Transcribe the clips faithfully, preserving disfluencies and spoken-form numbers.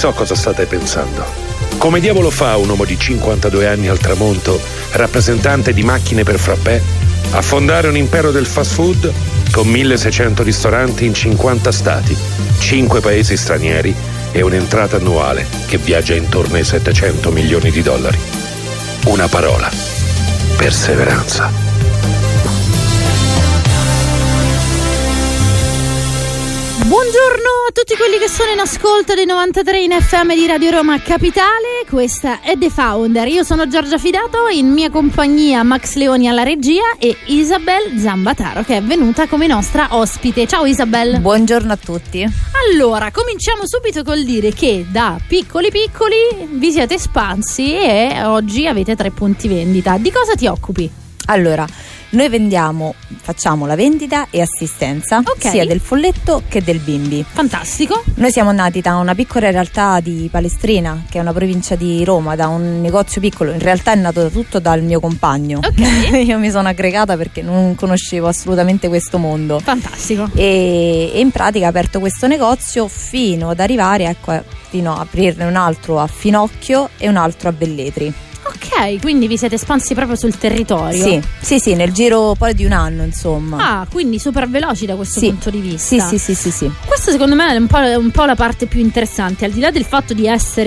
So cosa state pensando. Come diavolo fa un uomo di cinquantadue anni al tramonto, rappresentante di macchine per frappè, a fondare un impero del fast food con milleseicento ristoranti in cinquanta stati, cinque paesi stranieri e un'entrata annuale che viaggia intorno ai settecento milioni di dollari? Una parola: perseveranza. Buongiorno a tutti quelli che sono in ascolto dei novantatré in F M di Radio Roma Capitale. Questa è The Founder. Io sono Giorgia Fidato, in mia compagnia Max Leoni alla regia e Isabel Zambataro, che è venuta come nostra ospite. Ciao Isabel. Buongiorno a tutti. Allora, cominciamo subito col dire che da piccoli piccoli vi siete espansi e oggi avete tre punti vendita. Di cosa ti occupi? Allora, noi vendiamo, facciamo la vendita e assistenza, okay, sia del folletto che del bimbi. Fantastico. Noi siamo nati da una piccola realtà di Palestrina, che è una provincia di Roma, da un negozio piccolo. In realtà è nato tutto dal mio compagno. Okay. Io mi sono aggregata perché non conoscevo assolutamente questo mondo. Fantastico. E, e in pratica ho aperto questo negozio fino ad arrivare, ecco, fino a aprirne un altro a Finocchio e un altro a Velletri. Ok, quindi vi siete espansi proprio sul territorio. Sì, sì, sì, nel giro poi di un anno, insomma. Ah, quindi super veloci da questo sì. punto di vista. Sì, sì, sì, sì, sì. Questo secondo me è un po', un po' la parte più interessante, al di là del fatto di essere,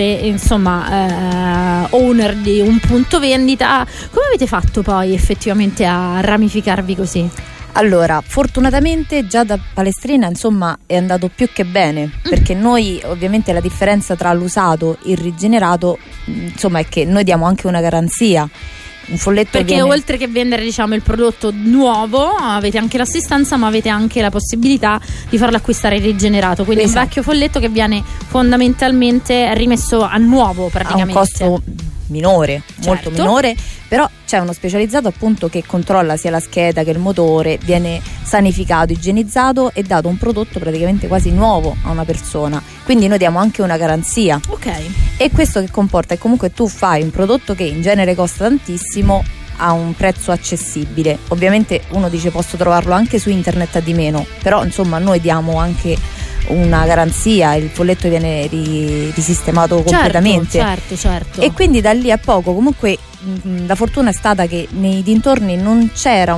insomma, eh, owner di un punto vendita. Come avete fatto poi effettivamente a ramificarvi così? Allora, fortunatamente già da Palestrina, insomma, è andato più che bene, mm. perché noi, ovviamente, la differenza tra l'usato e il rigenerato, insomma, è che noi diamo anche una garanzia. Un folletto perché viene... oltre che vendere, diciamo, il prodotto nuovo, avete anche l'assistenza, ma avete anche la possibilità di farlo acquistare rigenerato, quindi esatto. Un vecchio folletto che viene fondamentalmente rimesso a nuovo praticamente. A un costo minore, certo. Molto minore, però c'è uno specializzato appunto che controlla sia la scheda che il motore, viene sanificato, igienizzato e dato un prodotto praticamente quasi nuovo a una persona, quindi noi diamo anche una garanzia. Ok. E questo che comporta è comunque tu fai un prodotto che in genere costa tantissimo a un prezzo accessibile. Ovviamente uno dice posso trovarlo anche su internet a di meno, però insomma noi diamo anche una garanzia, il folletto viene ri- risistemato certo, completamente. Certo, certo. E quindi da lì a poco comunque mh, la fortuna è stata che nei dintorni non c'era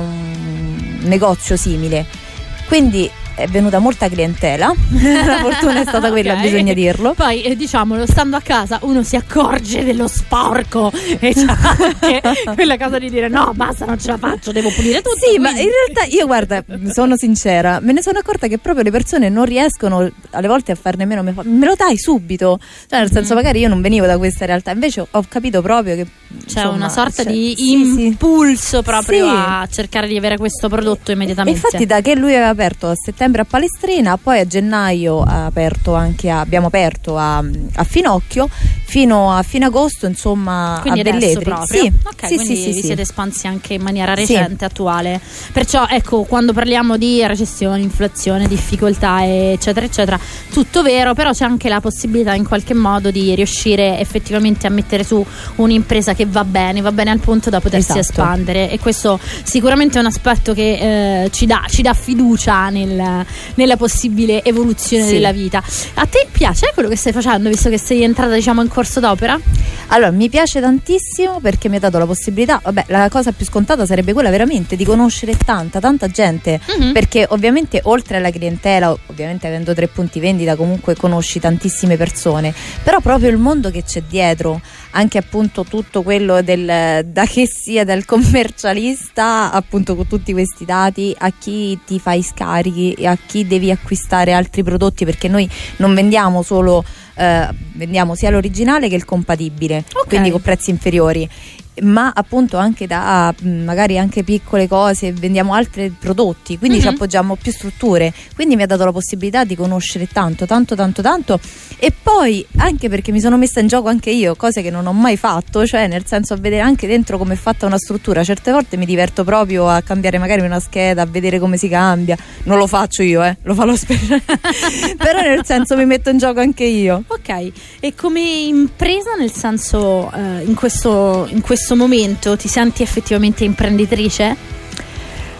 un negozio simile, quindi è venuta molta clientela. La fortuna è stata quella, okay. Bisogna dirlo. Poi eh, diciamolo, stando a casa uno si accorge dello sporco e c'è anche quella cosa di dire no basta, non ce la faccio, devo pulire tutto. Sì, quindi... ma in realtà io, guarda, sono sincera, me ne sono accorta che proprio le persone non riescono alle volte a far nemmeno me, me lo dai subito, cioè nel senso mm. magari io non venivo da questa realtà, invece ho capito proprio che c'è insomma, una sorta cioè, di sì, impulso proprio sì. a cercare di avere questo prodotto immediatamente. Infatti da che lui aveva aperto a settembre a Palestrina, poi a gennaio ha aperto anche a, abbiamo aperto a, a Finocchio, fino a fine agosto, insomma, quindi a Velletri. Proprio. Sì, ok, sì, quindi sì, vi sì, siete sì. espansi anche in maniera recente, sì. attuale. Perciò ecco, quando parliamo di recessione, inflazione, difficoltà eccetera eccetera, tutto vero, però c'è anche la possibilità in qualche modo di riuscire effettivamente a mettere su un'impresa che va bene, va bene al punto da potersi esatto. espandere, e questo sicuramente è un aspetto che eh, ci dà ci dà fiducia nel, nella possibile evoluzione sì. della vita. A te piace quello che stai facendo, visto che sei entrata, diciamo, in corso d'opera? Allora, mi piace tantissimo perché mi ha dato la possibilità, vabbè, la cosa più scontata sarebbe quella veramente di conoscere tanta, tanta gente, mm-hmm. perché ovviamente oltre alla clientela, ovviamente avendo tre punti vendita comunque conosci tantissime persone, però proprio il mondo che c'è dietro, anche appunto tutto quello del, da che sia dal commercialista appunto con tutti questi dati, a chi ti fa i scarichi e a chi devi acquistare altri prodotti, perché noi non vendiamo solo eh, vendiamo sia l'originale che il compatibile, okay. quindi con prezzi inferiori, ma appunto anche da magari anche piccole cose, vendiamo altri prodotti, quindi mm-hmm. ci appoggiamo più strutture, quindi mi ha dato la possibilità di conoscere tanto tanto tanto tanto, e poi anche perché mi sono messa in gioco anche io, cose che non ho mai fatto, cioè nel senso a vedere anche dentro come è fatta una struttura. Certe volte mi diverto proprio a cambiare magari una scheda, a vedere come si cambia, non lo faccio io, eh, lo fa lo specialista però nel senso mi metto in gioco anche io. Ok, e come impresa, nel senso eh, in questo in questo momento ti senti effettivamente imprenditrice?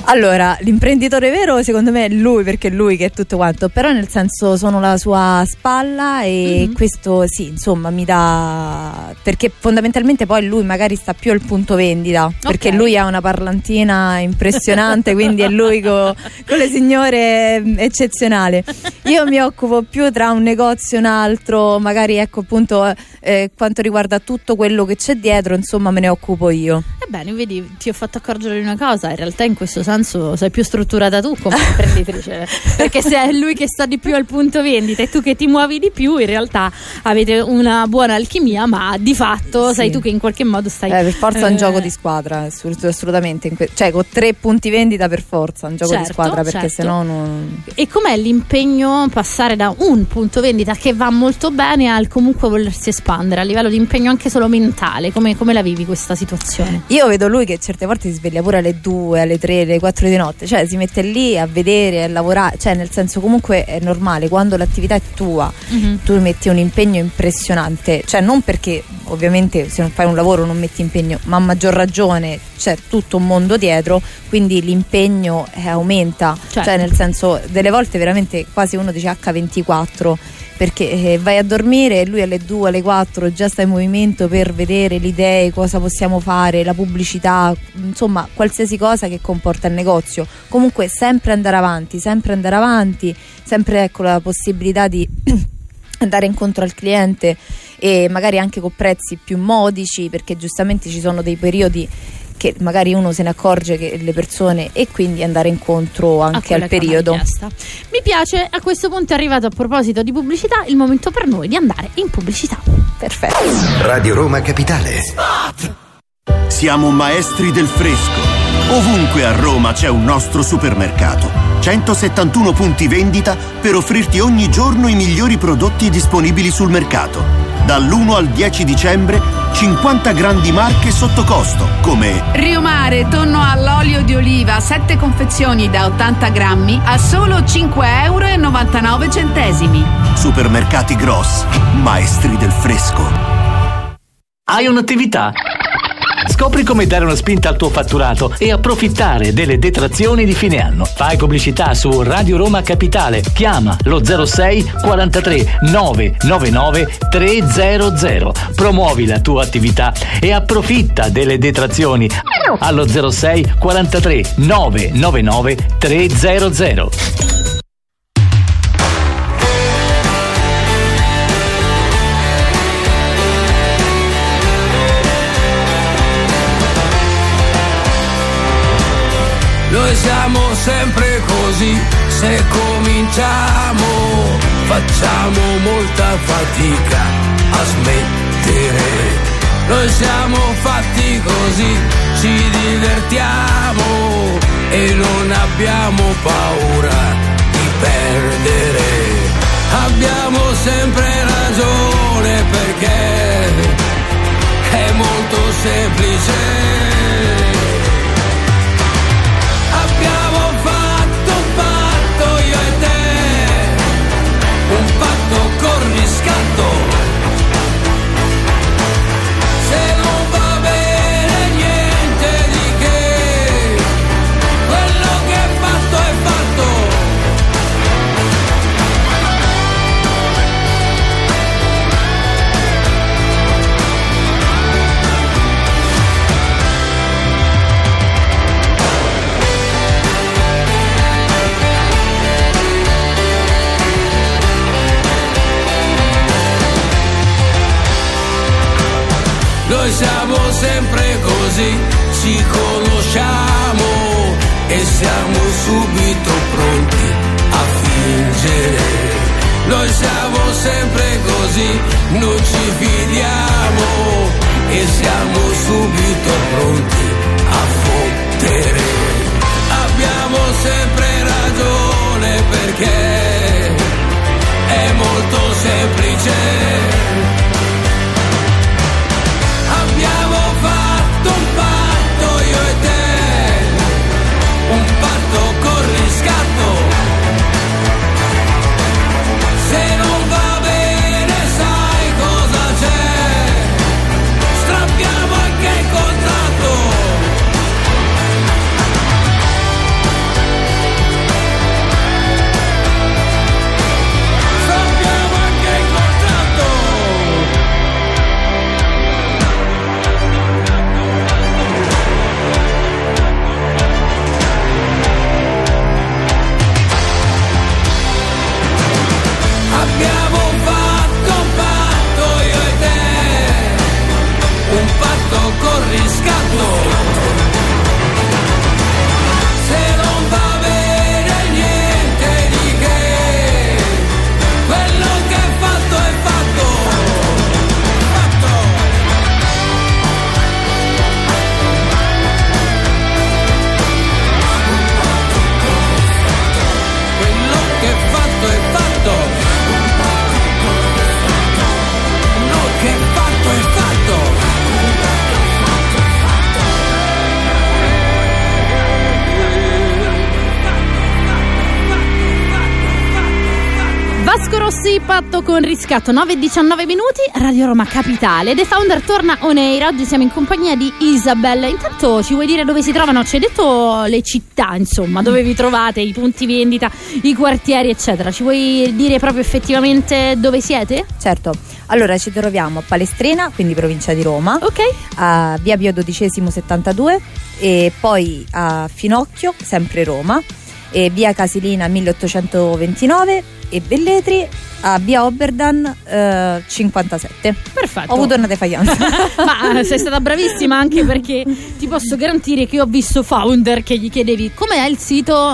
Allora, l'imprenditore vero secondo me è lui, perché è lui che è tutto quanto, però nel senso sono la sua spalla e mm-hmm. questo sì, insomma mi dà, perché fondamentalmente poi lui magari sta più al punto vendita, okay. perché lui ha una parlantina impressionante, quindi è lui co, con le signore eccezionale. Io mi occupo più tra un negozio e un altro, magari ecco appunto eh, quanto riguarda tutto quello che c'è dietro, insomma me ne occupo io. Ebbene, vedi, ti ho fatto accorgere di una cosa, in realtà in questo senso sei più strutturata tu come imprenditrice, perché se è lui che sta di più al punto vendita e tu che ti muovi di più, in realtà avete una buona alchimia, ma di fatto sì. sei tu che in qualche modo stai eh, per forza è eh... un gioco di squadra, assolutamente, cioè con tre punti vendita per forza un gioco certo, di squadra, perché certo. sennò non... E com'è l'impegno passare da un punto vendita che va molto bene al comunque volersi espandere a livello di impegno anche solo mentale? Come, come la vivi questa situazione? Io vedo lui che certe volte si sveglia pure alle due, alle tre, alle quattro di notte, cioè si mette lì a vedere, a lavorare, cioè nel senso comunque è normale, quando l'attività è tua mm-hmm. tu metti un impegno impressionante, cioè non perché ovviamente se non fai un lavoro non metti impegno, ma a maggior ragione c'è tutto un mondo dietro, quindi l'impegno eh, aumenta, certo. cioè nel senso delle volte veramente quasi uno dice acca ventiquattro, perché eh, vai a dormire e lui alle due, alle quattro già sta in movimento per vedere le idee, cosa possiamo fare, la pubblicità, insomma qualsiasi cosa che comporta il negozio. Comunque sempre andare avanti, sempre andare avanti, sempre ecco la possibilità di andare incontro al cliente e magari anche con prezzi più modici, perché giustamente ci sono dei periodi che magari uno se ne accorge che le persone, e quindi andare incontro anche al periodo. Mi piace, a questo punto è arrivato, a proposito di pubblicità, il momento per noi di andare in pubblicità. Perfetto. Radio Roma Capitale. Spot. Siamo maestri del fresco. Ovunque a Roma c'è un nostro supermercato. centosettantuno punti vendita per offrirti ogni giorno i migliori prodotti disponibili sul mercato. Dall'primo al dieci dicembre cinquanta grandi marche sotto costo, come Rio Mare, tonno all'olio di oliva, sette confezioni da ottanta grammi a solo cinque euro e novantanove centesimi. Supermercati Gross, maestri del fresco. Hai un'attività? Scopri come dare una spinta al tuo fatturato e approfittare delle detrazioni di fine anno. Fai pubblicità su Radio Roma Capitale. Chiama lo zero sei quarantatré nove novantanove trecento. Promuovi la tua attività e approfitta delle detrazioni allo zero sei quarantatré nove novantanove trecento. Noi siamo sempre così, se cominciamo facciamo molta fatica a smettere. Noi siamo fatti così, ci divertiamo e non abbiamo paura di perdere. Abbiamo sempre ragione perché è molto semplice. Abbiamo fatto un patto io e te, un patto con riscatto. Se non va bene niente di che, quello che è fatto è fatto. Noi siamo sempre così, ci conosciamo e siamo subito pronti a fingere. Noi siamo sempre così, non ci fidiamo e siamo subito pronti a fottere. Abbiamo sempre ragione perché è molto semplice. Abbiamo fatto un patto io e te, un patto con riscatto. Se non va bene sai cosa c'è, strappiamo anche il contratto. Rossi, Patto con riscatto, nove e diciannove minuti, Radio Roma Capitale. The Founder torna on air. Oggi siamo in compagnia di Isabel. Intanto ci vuoi dire dove si trovano? Ci hai detto le città, insomma, dove vi trovate, i punti vendita, i quartieri, eccetera. Ci vuoi dire proprio effettivamente dove siete? Certo. Allora, ci troviamo a Palestrina, quindi provincia di Roma, Ok. a via Pio dodicesimo settantadue, e poi a Finocchio, sempre Roma, e via Casilina milleottocentoventinove, e Velletri a via Oberdan eh, cinquantasette. Perfetto. Ho avuto una defaillance. Ma sei stata bravissima, anche perché ti posso garantire che ho visto Founder che gli chiedevi com'è il sito.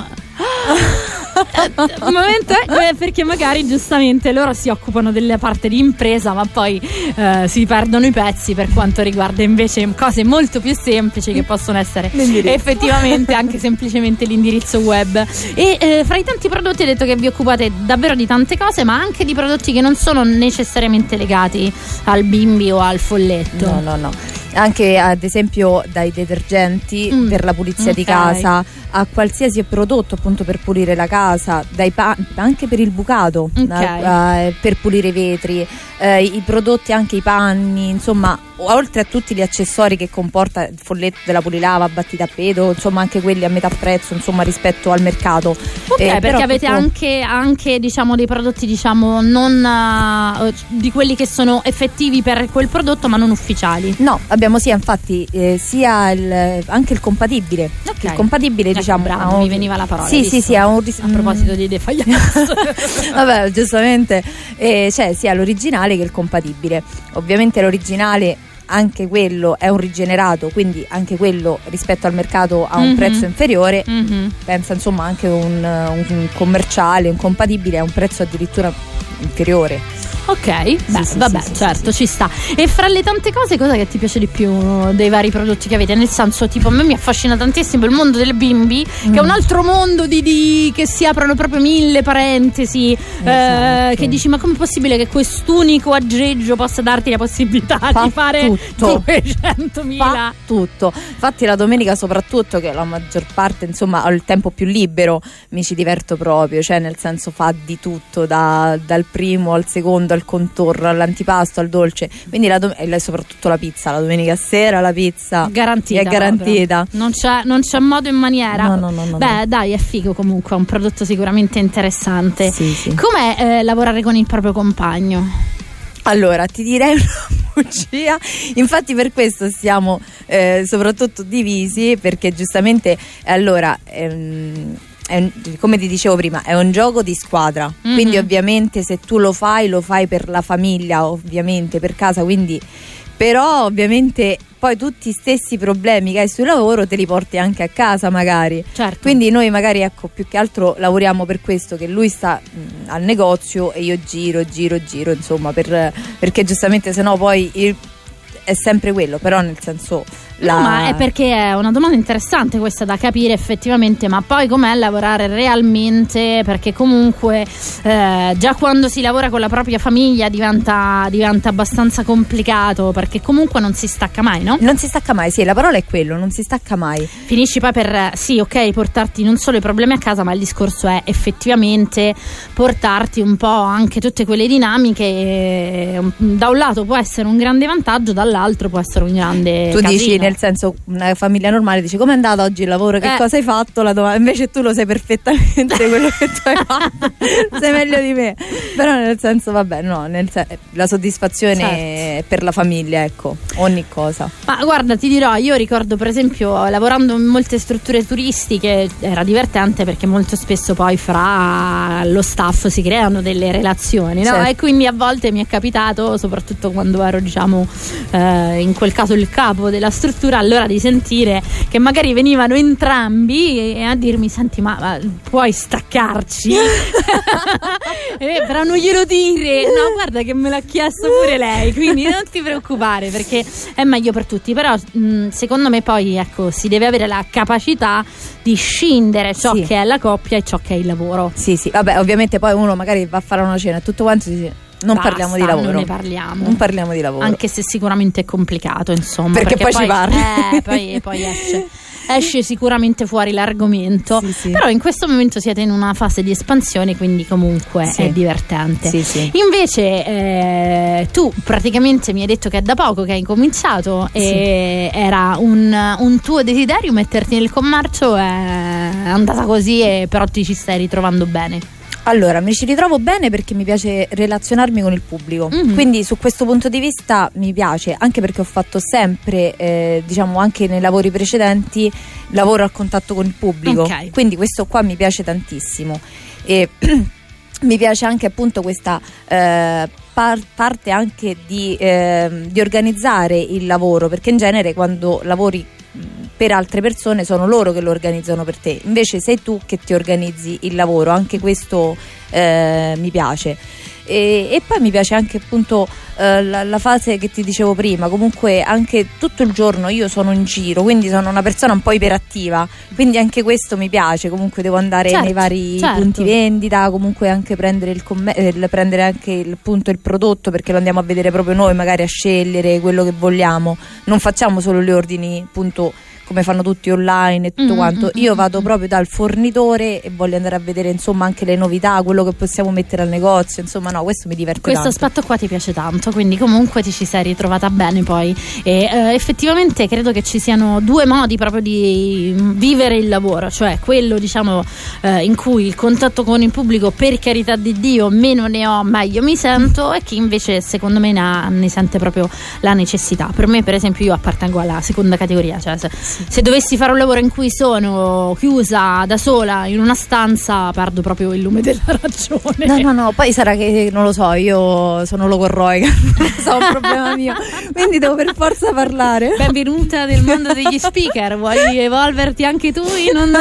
Un momento, eh, perché magari giustamente loro si occupano della parte di impresa, ma poi eh, si perdono i pezzi per quanto riguarda invece cose molto più semplici, che possono essere effettivamente anche semplicemente l'indirizzo web. E eh, fra i tanti prodotti hai detto che vi occupate davvero di tante cose, ma anche di prodotti che non sono necessariamente legati al bimbi o al folletto. No, no, no. Anche ad esempio dai detergenti mm. per la pulizia Ok. di casa, a qualsiasi prodotto appunto per pulire la casa, dai pa- anche per il bucato, Ok. eh, per pulire i vetri, eh, i prodotti, anche i panni, insomma, oltre a tutti gli accessori che comporta il folletto della Pulilava, battitappeto, insomma anche quelli a metà prezzo, insomma, rispetto al mercato. Ok, Eh, perché però avete appunto- anche, anche diciamo dei prodotti, diciamo non uh, di quelli che sono effettivi per quel prodotto ma non ufficiali. No, abbiamo sia infatti eh, sia il, anche il compatibile. Ok. Il compatibile, Ecco, diciamo, bravo, ha un- mi veniva la parola. Sì, visto? sì, sì, ha un ris- A proposito di defaillance. Vabbè, giustamente eh, c'è sia l'originale che il compatibile. Ovviamente l'originale, anche quello è un rigenerato, quindi anche quello rispetto al mercato ha un Mhm. prezzo inferiore. Mhm. Pensa insomma anche un, un commerciale, un compatibile ha un prezzo addirittura inferiore. Ok, beh, sì, vabbè, sì, sì, certo, ci sta. E fra le tante cose, cosa che ti piace di più dei vari prodotti che avete? Nel senso, tipo, a me mi affascina tantissimo il mondo delle bimbi, Mm. che è un altro mondo di, di che si aprono proprio mille parentesi, eh, Esatto. che dici, ma com'è possibile che quest'unico aggeggio possa darti la possibilità Fa di fare tutto. duecentomila? Fa tutto. Infatti la domenica soprattutto, che la maggior parte insomma ho il tempo più libero, mi ci diverto proprio, cioè nel senso fa di tutto, da, dal primo al secondo, al contorno, all'antipasto, al dolce. Quindi la dom- e soprattutto la pizza, la domenica sera la pizza Garantita, è garantita. proprio. Non c'è, non c'è modo e maniera. No, no, no, no, Beh, no. dai, è figo comunque, è un prodotto sicuramente interessante. Sì, sì. Com'è eh, lavorare con il proprio compagno? Allora, ti direi una bugia. Infatti per questo siamo eh, soprattutto divisi, perché giustamente allora ehm, è un- come ti dicevo prima, è un gioco di squadra. Mhm. Quindi ovviamente se tu lo fai, lo fai per la famiglia, ovviamente per casa, quindi però ovviamente poi tutti gli stessi problemi che hai sul lavoro te li porti anche a casa magari. Certo. Quindi noi magari, ecco, più che altro lavoriamo per questo, che lui sta mh, al negozio e io giro, giro, giro, insomma, per, perché giustamente sennò poi il- è sempre quello, però nel senso la... No, ma è perché è una domanda interessante questa da capire effettivamente, ma poi com'è lavorare realmente, perché comunque eh, già quando si lavora con la propria famiglia diventa, diventa abbastanza complicato, perché comunque non si stacca mai, no? Non si stacca mai, sì, la parola è quello, non si stacca mai. Finisci poi per, sì, ok, portarti non solo i problemi a casa, ma il discorso è effettivamente portarti un po' anche tutte quelle dinamiche, eh, da un lato può essere un grande vantaggio, dall'altro può essere un grande Tu casino. dici, nel senso, una famiglia normale dici com'è andato oggi il lavoro, che Eh. cosa hai fatto, la domanda, invece tu lo sai perfettamente quello che tu hai fatto, sai meglio di me, però nel senso vabbè, no, nel sen- la soddisfazione Certo. è per la famiglia, ecco, ogni cosa. Ma guarda, ti dirò, io ricordo per esempio lavorando in molte strutture turistiche era divertente perché molto spesso poi fra lo staff si creano delle relazioni, no? Certo. E quindi a volte mi è capitato, soprattutto quando ero diciamo eh, in quel caso il capo della struttura, allora di sentire che magari venivano entrambi e a dirmi senti ma, ma puoi staccarci? Eh, però non glielo dire, no, guarda che me l'ha chiesto pure lei, quindi non ti preoccupare perché è meglio per tutti, però mh, secondo me poi ecco si deve avere la capacità di scindere ciò Sì. che è la coppia e ciò che è il lavoro. Sì, sì, vabbè, ovviamente poi uno magari va a fare una cena e tutto quanto dice non Basta, parliamo di lavoro. non ne parliamo. Non parliamo di lavoro. Anche se sicuramente è complicato, insomma, Perché poi ci parli. eh, poi, poi esce esce sicuramente fuori l'argomento. Sì, sì. Però in questo momento siete in una fase di espansione, quindi comunque Sì. è divertente. Sì, sì. Invece eh, tu praticamente mi hai detto che è da poco che hai cominciato e era un, un tuo desiderio metterti nel commercio, è andata così e però ti ci stai ritrovando bene. Allora, mi ci ritrovo bene perché mi piace relazionarmi con il pubblico, Mhm. quindi su questo punto di vista mi piace, anche perché ho fatto sempre, eh, diciamo anche nei lavori precedenti, lavoro al contatto con il pubblico, Ok. quindi questo qua mi piace tantissimo e mi piace anche appunto questa eh, par- parte anche di, eh, di organizzare il lavoro, perché in genere quando lavori per altre persone sono loro che lo organizzano per te, invece sei tu che ti organizzi il lavoro, anche questo eh, mi piace. E, e poi mi piace anche appunto eh, la, la fase che ti dicevo prima, comunque anche tutto il giorno io sono in giro, quindi sono una persona un po' iperattiva, quindi anche questo mi piace, comunque devo andare Certo, nei vari certo. punti vendita, comunque anche prendere il, comm- eh, il- prendere anche il, punto, il prodotto, perché lo andiamo a vedere proprio noi, magari a scegliere quello che vogliamo, non facciamo solo gli ordini appunto come fanno tutti online e tutto Mm, quanto. mm, Io mm, vado mm. proprio dal fornitore e voglio andare a vedere insomma anche le novità, quello che possiamo mettere al negozio, insomma no, questo mi diverte Questo tanto. aspetto qua ti piace tanto, quindi comunque ti ci sei ritrovata bene poi e eh, effettivamente credo che ci siano due modi proprio di vivere il lavoro, cioè quello diciamo eh, in cui il contatto con il pubblico, per carità di Dio, meno ne ho meglio mi sento, e chi invece secondo me ne, ha- ne sente proprio la necessità. Per me per esempio io appartengo alla seconda categoria, cioè se, se dovessi fare un lavoro in cui sono chiusa da sola in una stanza perdo proprio il lume della ragione. No, no, no, poi sarà che non lo so, io sono logorroica, non so, un problema mio, quindi devo per forza parlare. Benvenuta nel mondo degli speaker, vuoi evolverti anche tu in un...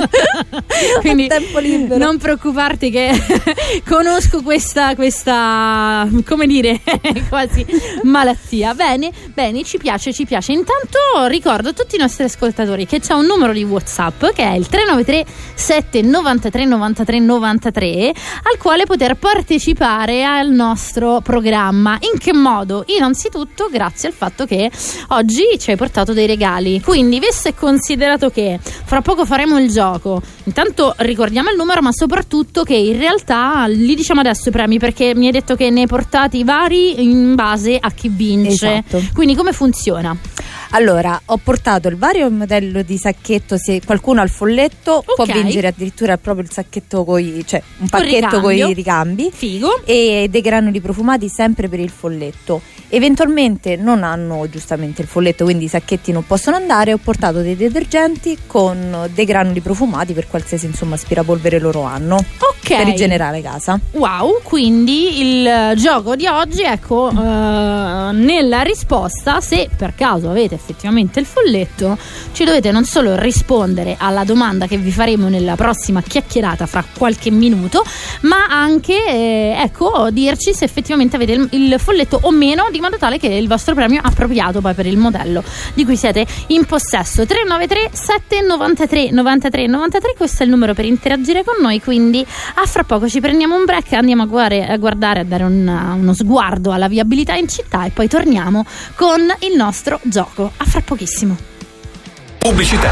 Quindi tempo libero. non preoccuparti che conosco questa, questa, come dire, quasi malattia. Bene, bene, ci piace, ci piace. Intanto ricordo a tutti i nostri ascoltatori che c'è un numero di WhatsApp che è il tre nove tre sette nove tre nove tre nove tre al quale poter partecipare al nostro programma. In che modo? Innanzitutto grazie al fatto che oggi ci hai portato dei regali, quindi visto e considerato che fra poco faremo il gioco, intanto ricordiamo il numero, ma soprattutto che in realtà li diciamo adesso i premi, perché mi hai detto che ne hai portati vari in base a chi vince. Esatto. Quindi come funziona? Allora, ho portato il vario modello di sacchetto, se qualcuno ha il folletto può Ok. vincere addirittura proprio il sacchetto coi, cioè un Col pacchetto con ricambio. i ricambi. Figo. E dei granuli profumati sempre per il folletto. Eventualmente non hanno giustamente il folletto, quindi i sacchetti non possono andare. Ho portato dei detergenti con dei granuli profumati per qualsiasi insomma aspirapolvere loro hanno, Ok. per rigenerare casa. Wow, quindi il gioco di oggi, ecco, eh, nella risposta, se per caso avete effettivamente il folletto, ci dovete non solo rispondere alla domanda che vi faremo nella prossima chiacchierata fra qualche minuto, ma anche eh, ecco, dirci se effettivamente avete il, il folletto o meno, di modo tale che il vostro premio appropriato poi per il modello di cui siete in possesso. Tre nove tre sette nove tre nove tre nove tre, questo è il numero per interagire con noi, quindi a fra poco ci prendiamo un break, andiamo a guardare, a, guardare, a dare un, uno sguardo alla viabilità in città e poi torniamo con il nostro gioco. A fra pochissimo. Pubblicità.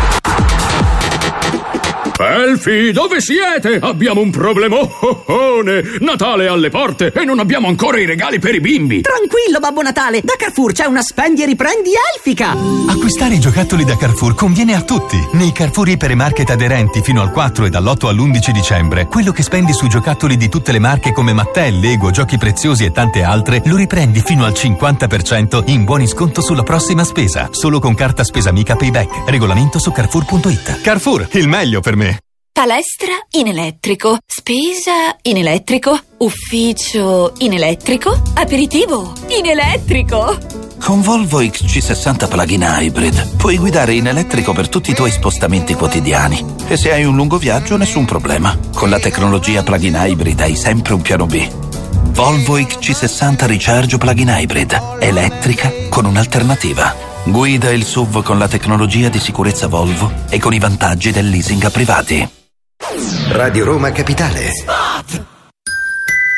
Elfi, dove siete? Abbiamo un problemone! Natale alle porte e non abbiamo ancora i regali per i bimbi! Tranquillo, Babbo Natale! Da Carrefour c'è una spendi e riprendi elfica! Acquistare i giocattoli da Carrefour conviene a tutti. Nei Carrefour Ipermarket aderenti fino al quattro e dall'otto all'undici dicembre, quello che spendi sui giocattoli di tutte le marche come Mattel, Lego, Giochi Preziosi e tante altre, lo riprendi fino al cinquanta per cento in buoni sconto sulla prossima spesa. Solo con carta spesa amica Payback. Regolamento su Carrefour punto it. Carrefour, il meglio per me. Palestra in elettrico, spesa in elettrico, ufficio in elettrico, aperitivo in elettrico. Con Volvo X C sessanta Plug-in Hybrid puoi guidare in elettrico per tutti i tuoi spostamenti quotidiani. E se hai un lungo viaggio, nessun problema. Con la tecnologia Plug-in Hybrid hai sempre un piano B. Volvo X C sessanta Recharge Plug-in Hybrid. Elettrica con un'alternativa. Guida il S U V con la tecnologia di sicurezza Volvo e con i vantaggi del leasing a privati. Radio Roma Capitale.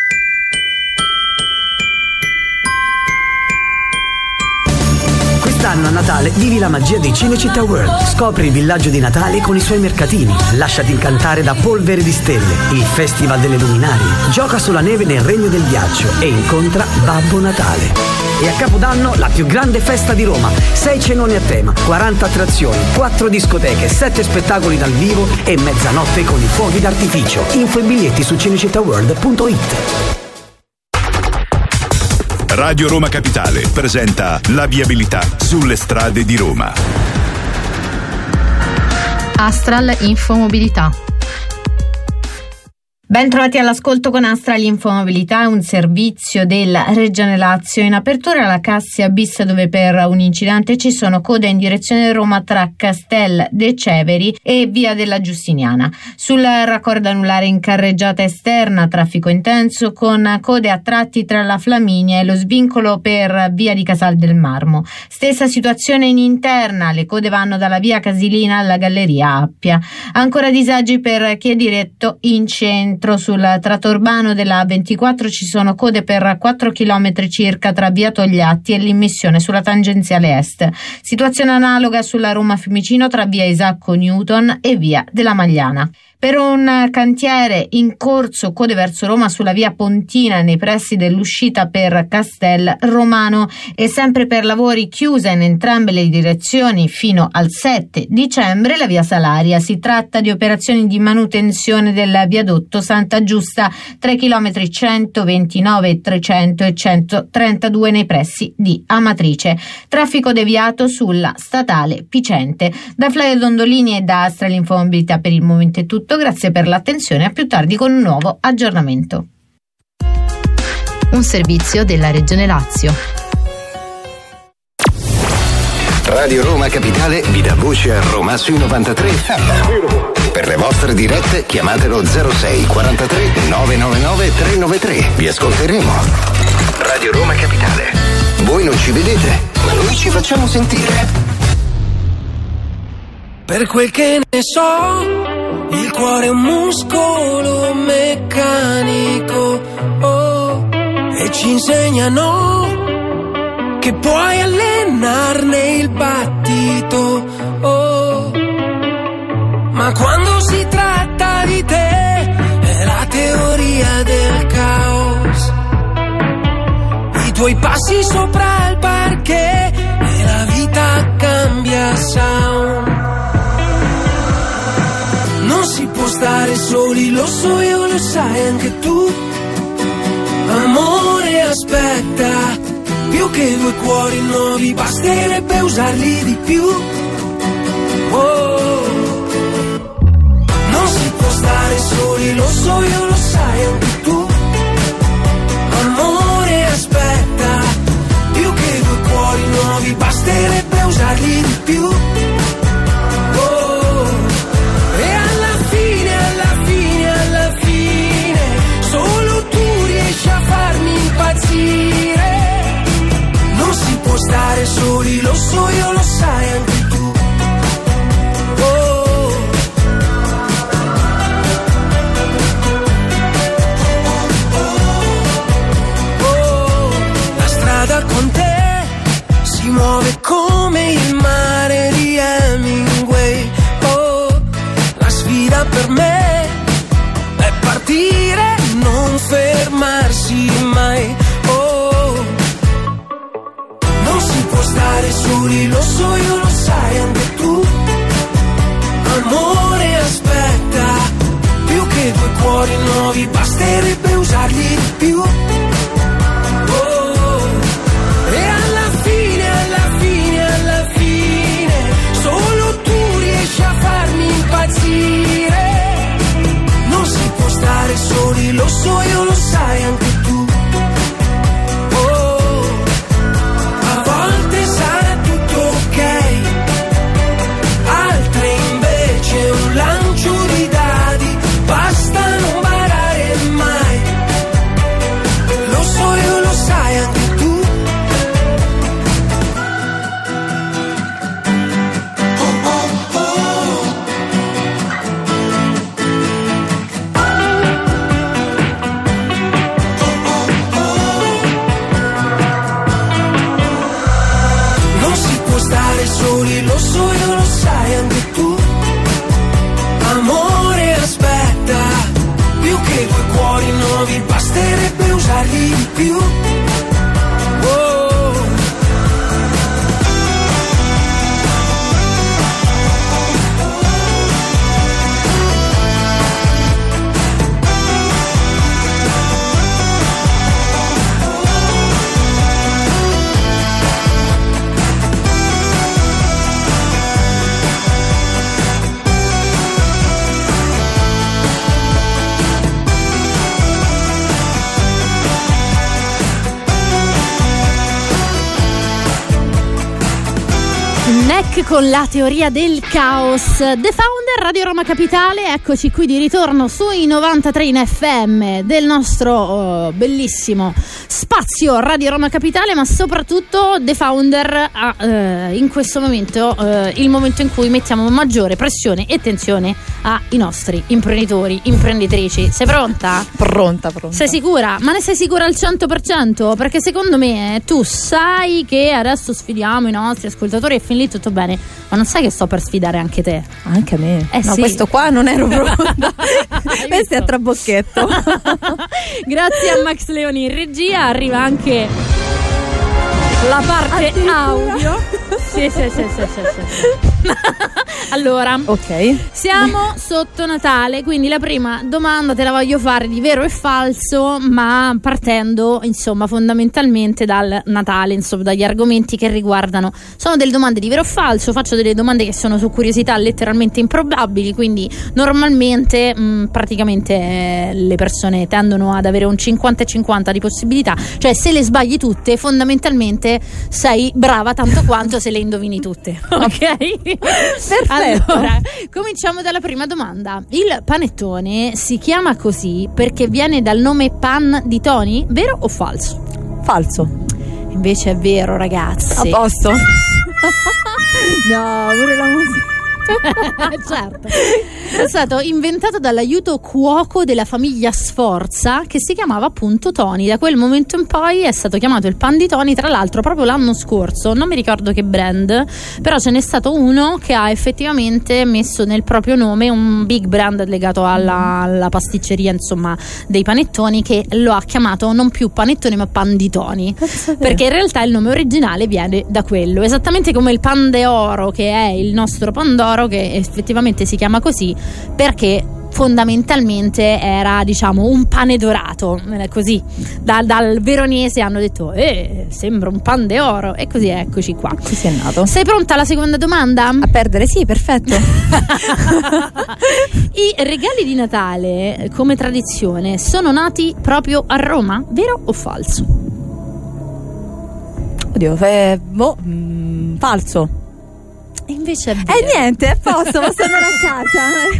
Questa Quest'anno a Natale vivi la magia di Cinecittà World. Scopri il villaggio di Natale con i suoi mercatini. Lasciati incantare da Polvere di Stelle, il festival delle luminarie. Gioca sulla neve nel regno del ghiaccio e incontra Babbo Natale. E a Capodanno la più grande festa di Roma. sei cenoni a tema, quaranta attrazioni, quattro discoteche, sette spettacoli dal vivo e mezzanotte con i fuochi d'artificio. Info e biglietti su cinecittàworld punto it. Radio Roma Capitale presenta la viabilità sulle strade di Roma. Astral Infomobilità. Ben trovati all'ascolto con Astral Infomobilità, un servizio della Regione Lazio. In apertura la Cassia bis, dove per un incidente ci sono code in direzione Roma tra Castel de Ceveri e via della Giustiniana. Sul raccordo anulare in carreggiata esterna traffico intenso con code a tratti tra la Flaminia e lo svincolo per via di Casal del Marmo. Stessa situazione in interna, le code vanno dalla via Casilina alla Galleria Appia. Ancora disagi per chi è diretto in centro. Sul tratto urbano della A ventiquattro ci sono code per quattro chilometri circa tra via Togliatti e l'immissione sulla tangenziale est. Situazione analoga sulla Roma Fiumicino tra via Isacco Newton e via della Magliana. Per un cantiere in corso, code verso Roma sulla via Pontina nei pressi dell'uscita per Castel Romano, e sempre per lavori chiusa in entrambe le direzioni fino al sette dicembre la via Salaria. Si tratta di operazioni di manutenzione del viadotto Santa Giusta, tre chilometri centoventinove, trecento e centotrentadue nei pressi di Amatrice. Traffico deviato sulla statale Picente. Da Flavio Dondolini e da Astral Infomobilità per il momento è tutto. Grazie per l'attenzione, a più tardi con un nuovo aggiornamento. Un servizio della Regione Lazio. Radio Roma Capitale vi dà voce a Roma sui novantatré F M. Per le vostre dirette chiamatelo zero sei quarantatré novecentonovantanove trecentonovantatré. Vi ascolteremo. Radio Roma Capitale. Voi non ci vedete, ma noi ci facciamo sentire. Per quel che ne so, il cuore è un muscolo meccanico, oh, e ci insegnano che puoi allenarne il battito, oh, ma quando si tratta di te è la teoria del caos, i tuoi passi sopra il parquet e la vita cambia sound. Non si può stare soli, lo so io, lo sai anche tu. Amore, aspetta, più che due cuori nuovi, basterebbe usarli di più. Oh. Non si può stare soli, lo so io, lo sai anche tu. Amore, aspetta, più che due cuori nuovi, basterebbe usarli di più. Non si può stare soli, lo so io, lo sai anche tu. Oh. Oh. La strada con te si muove come il mare di Hemingway. Oh. La sfida per me è partire, non fermarsi mai. Stare soli, lo so io, lo sai anche tu. Amore, aspetta, più che due cuori nuovi, basterebbe usarli di più. Oh, e alla fine, alla fine, alla fine, solo tu riesci a farmi impazzire. Non si può stare soli, lo so io, lo sai anche tu. parli di più. Neck con la teoria del caos. The Founder, Radio Roma Capitale, eccoci qui di ritorno sui novantatré in F M del nostro oh, bellissimo spazio Radio Roma Capitale, ma soprattutto The Founder ha eh, in questo momento eh, il momento in cui mettiamo maggiore pressione e tensione ai nostri imprenditori, imprenditrici. Sei pronta? Pronta, pronta. Sei sicura? Ma ne sei sicura al cento per cento? Perché secondo me tu sai che adesso sfidiamo i nostri ascoltatori e fin lì tutto bene, ma non sai che sto per sfidare anche te? Anche a me? Eh no, sì. Questo qua non ero pronta. Questo è a trabocchetto. Grazie a Max Leoni in regia, arriva anche la parte audio. Sì, sì, sì, sì, sì, sì. Allora, ok, siamo sotto Natale, quindi la prima domanda te la voglio fare di vero e falso, ma partendo insomma fondamentalmente dal Natale, insomma dagli argomenti che riguardano. Sono delle domande di vero o falso, faccio delle domande che sono su curiosità letteralmente improbabili, quindi normalmente mh, praticamente eh, le persone tendono ad avere un cinquanta e cinquanta di possibilità, cioè se le sbagli tutte fondamentalmente sei brava tanto quanto se le indovini tutte, ok? Perfetto. Allora, cominciamo dalla prima domanda. Il panettone si chiama così perché viene dal nome pan di Tony, vero o falso? Falso. Invece è vero, ragazzi. A posto. No, pure la musica. Certo. È stato inventato dall'aiuto cuoco della famiglia Sforza, che si chiamava appunto Tony. Da quel momento in poi è stato chiamato il pan di Tony. Tra l'altro proprio l'anno scorso, non mi ricordo che brand, però ce n'è stato uno che ha effettivamente messo nel proprio nome un big brand legato alla, alla pasticceria, insomma, dei panettoni, che lo ha chiamato non più panettone ma pan di Tony, perché in realtà il nome originale viene da quello, esattamente come il pan de oro, che è il nostro pandoro, che effettivamente si chiama così perché fondamentalmente era, diciamo, un pane dorato, così da, dal veronese hanno detto eh, sembra un pan de oro, e così eccoci qua, ci è nato. Sei pronta alla seconda domanda? A perdere? Sì, perfetto. I regali di Natale come tradizione sono nati proprio a Roma, vero o falso? Oddio, eh, boh, mh, falso. E invece è vero. E eh, niente, è posto, posso andare a casa.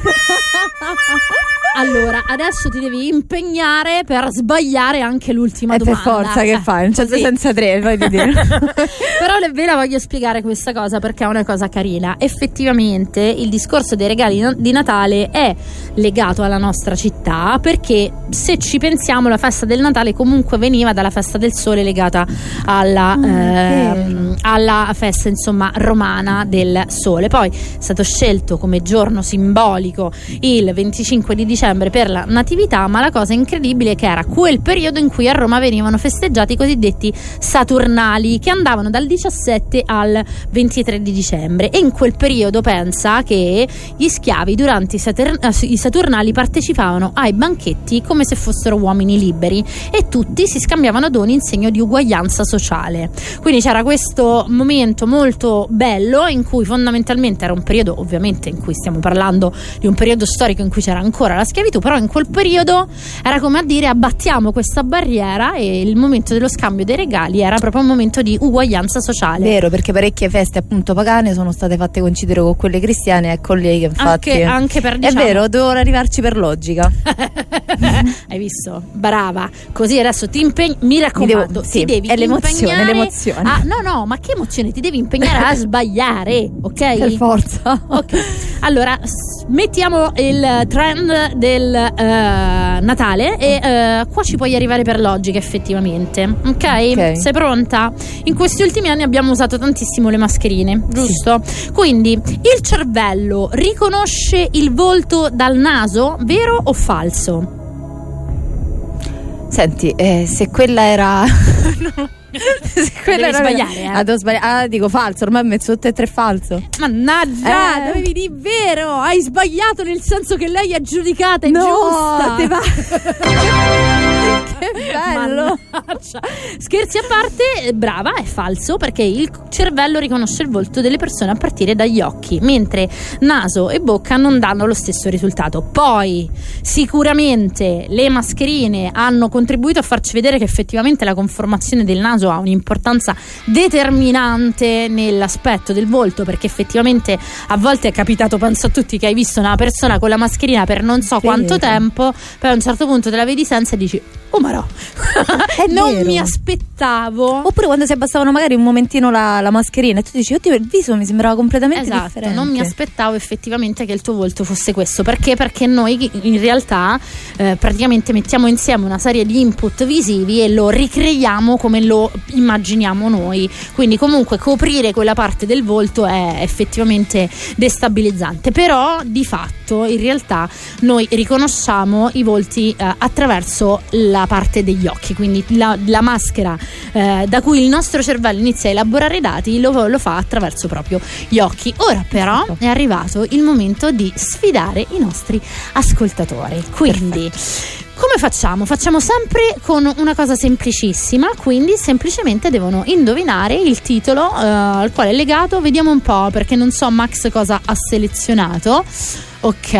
Allora, adesso ti devi impegnare per sbagliare anche l'ultima e domanda. Per forza, che fai? Non c'è due senza tre, poi di dire. Però ve la voglio spiegare questa cosa perché è una cosa carina. Effettivamente il discorso dei regali di Natale è legato alla nostra città, perché se ci pensiamo la festa del Natale comunque veniva dalla festa del sole legata alla, ah, ehm, alla festa, insomma, romana del sole. Poi è stato scelto come giorno simbolico il venticinque di dicembre per la natività, ma la cosa incredibile è che era quel periodo in cui a Roma venivano festeggiati i cosiddetti Saturnali, che andavano dal diciassette al ventitré di dicembre, e in quel periodo pensa che gli schiavi durante i, Satur- i Saturnali partecipavano ai banchetti come se fossero uomini liberi e tutti si scambiavano doni in segno di uguaglianza sociale. Quindi c'era questo momento molto bello in cui fondamentalmente era un periodo, ovviamente in cui stiamo parlando di un periodo storico in cui c'era ancora la schiavitù, però in quel periodo era come a dire abbattiamo questa barriera, e il momento dello scambio dei regali era proprio un momento di uguaglianza sociale. Vero, perché parecchie feste appunto pagane sono state fatte coincidere con quelle cristiane, e con lei che infatti anche, anche per, diciamo... è vero, dovevo arrivarci per logica. Hai visto? Brava. Così adesso ti impegni, mi raccomando, mi devo, sì, ti devi è l'emozione, impegnare l'emozione. A, no no ma che emozione, ti devi impegnare a sbagliare, ok? Per forza. Ok, allora mettiamo il trend del uh, Natale e uh, qua ci puoi arrivare per logica, effettivamente, okay? Ok? Sei pronta? In questi ultimi anni abbiamo usato tantissimo le mascherine, giusto? Sì. Quindi il cervello riconosce il volto dal naso, vero o falso? Senti, eh, se quella era se quella devi era sbagliare, eh. ah, devo sbagliare. Ah, dico falso, ormai ho messo tutte e tre falso. Mannaggia, Eh. dovevi dire vero, hai sbagliato nel senso che lei è giudicata No, ingiusta. te va. Che bello. Mannaggia. Scherzi a parte, brava, è falso, perché il cervello riconosce il volto delle persone a partire dagli occhi, mentre naso e bocca non danno lo stesso risultato. Poi sicuramente le mascherine hanno contribuito a farci vedere che effettivamente la conformazione del naso ha un'importanza determinante nell'aspetto del volto, perché effettivamente a volte è capitato, penso a tutti, che hai visto una persona con la mascherina per non so quanto tempo, poi a un certo punto te la vedi senza e dici oh ma no, non vero. mi aspettavo. Oppure quando si abbassavano magari un momentino la, la mascherina e tu dici oddio, il viso mi sembrava completamente Esatto, differente. non mi aspettavo effettivamente che il tuo volto fosse questo, perché perché noi in realtà eh, praticamente mettiamo insieme una serie di input visivi e lo ricreiamo come lo immaginiamo noi, quindi comunque coprire quella parte del volto è effettivamente destabilizzante, però di fatto in realtà noi riconosciamo i volti eh, attraverso la parte degli occhi, quindi la, la maschera eh, da cui il nostro cervello inizia a elaborare i dati lo, lo fa attraverso proprio gli occhi. Ora però è arrivato il momento di sfidare i nostri ascoltatori, quindi come facciamo? Facciamo sempre con una cosa semplicissima, quindi semplicemente devono indovinare il titolo eh, al quale è legato. Vediamo un po', perché non so Max cosa ha selezionato. Ok,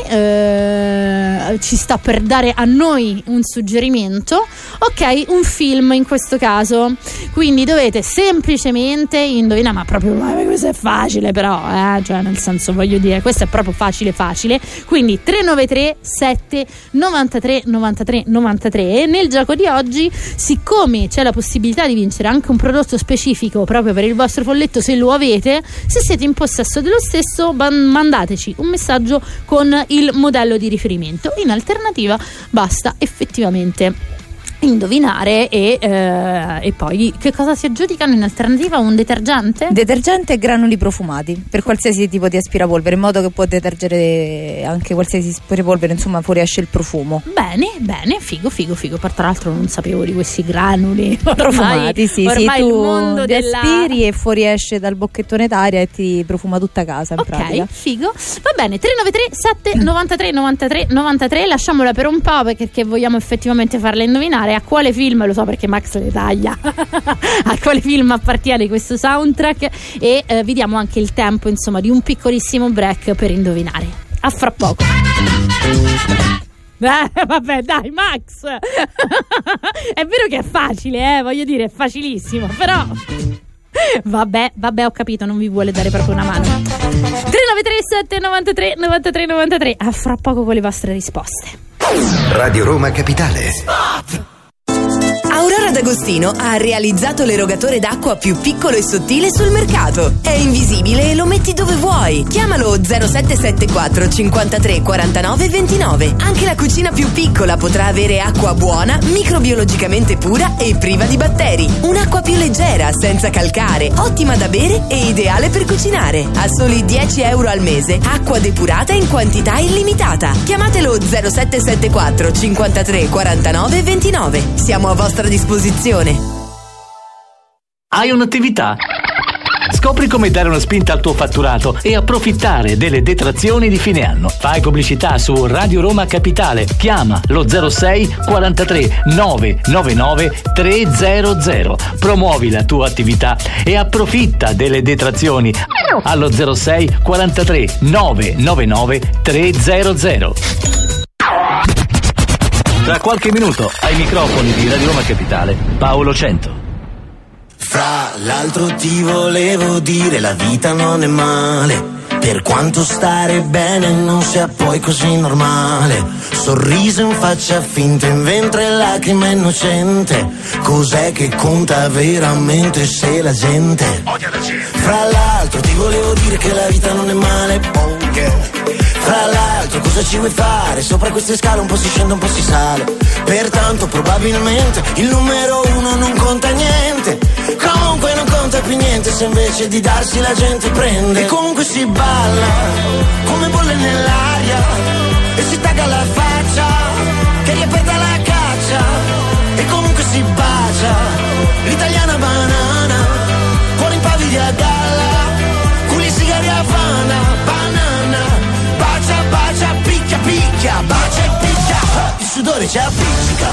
eh, ci sta per dare a noi un suggerimento. Ok, un film in questo caso. Quindi dovete semplicemente indovinare, ma proprio ma questo è facile però, eh? Cioè nel senso, voglio dire, questo è proprio facile facile. Quindi tre nove tre sette nove tre nove tre nove tre. E nel gioco di oggi, siccome c'è la possibilità di vincere anche un prodotto specifico proprio per il vostro folletto, se lo avete, se siete in possesso dello stesso, ban- mandateci un messaggio con il modello di riferimento. In alternativa basta effettivamente indovinare e, eh, e poi che cosa si aggiudicano in alternativa? Un detergente? Detergente e granuli profumati per qualsiasi tipo di aspirapolvere, in modo che può detergere anche qualsiasi aspirapolvere, insomma fuoriesce il profumo. Bene, bene, figo, figo, figo. Per tra l'altro non sapevo di questi granuli Profumati, sì, ormai sì, il tu mondo ti della... aspiri e fuoriesce dal bocchettone d'aria e ti profuma tutta casa in ok, pratica. figo. Va bene, tre nove tre sette nove tre nove tre nove tre, lasciamola per un po' perché vogliamo effettivamente farla indovinare. A quale film, lo so perché Max le taglia, a quale film appartiene questo soundtrack, e eh, vi diamo anche il tempo insomma di un piccolissimo break per indovinare. A fra poco. Eh, vabbè dai Max, è vero che è facile, eh, voglio dire è facilissimo, però vabbè, vabbè ho capito, non vi vuole dare proprio una mano. Tre nove tre sette nove tre nove tre nove tre. A fra poco con le vostre risposte. Radio Roma Capitale. Aurora D'Agostino ha realizzato l'erogatore d'acqua più piccolo e sottile sul mercato. È invisibile e lo metti dove vuoi. Chiamalo zero sette sette quattro cinquantatré quarantanove ventinove. Anche la cucina più piccola potrà avere acqua buona, microbiologicamente pura e priva di batteri. Un'acqua più leggera, senza calcare, ottima da bere e ideale per cucinare. A soli dieci euro al mese, acqua depurata in quantità illimitata. Chiamatelo zero sette sette quattro cinquantatré quarantanove ventinove. Siamo a vostra disposizione. Hai un'attività? Scopri come dare una spinta al tuo fatturato e approfittare delle detrazioni di fine anno. Fai pubblicità su Radio Roma Capitale. Chiama lo zero sei quarantatré nove novantanove trecento. Promuovi la tua attività e approfitta delle detrazioni allo zero sei quarantatré nove novantanove trecento. Tra qualche minuto ai microfoni di Radio Roma Capitale, Paolo Cento. Fra l'altro ti volevo dire, la vita non è male, per quanto stare bene non sia poi così normale. Sorriso in faccia finta, in ventre lacrime innocente. Cos'è che conta veramente se la gente odia la gente? Fra l'altro ti volevo dire che la vita non è male, oh yeah. Fra l'altro cosa ci vuoi fare? Sopra queste scale un po' si scende, un po' si sale. Pertanto probabilmente il numero uno non conta niente. Comunque non conta più niente se invece di darsi la gente prende. E comunque si balla come bolle nell'aria e si tagga la faccia che ripeta la caccia si bacia, l'italiana banana, cuore in paviglia galla, culi sigari Havana, banana, bacia, bacia, picchia, picchia, bacia e picchia, il sudore ci appiccica,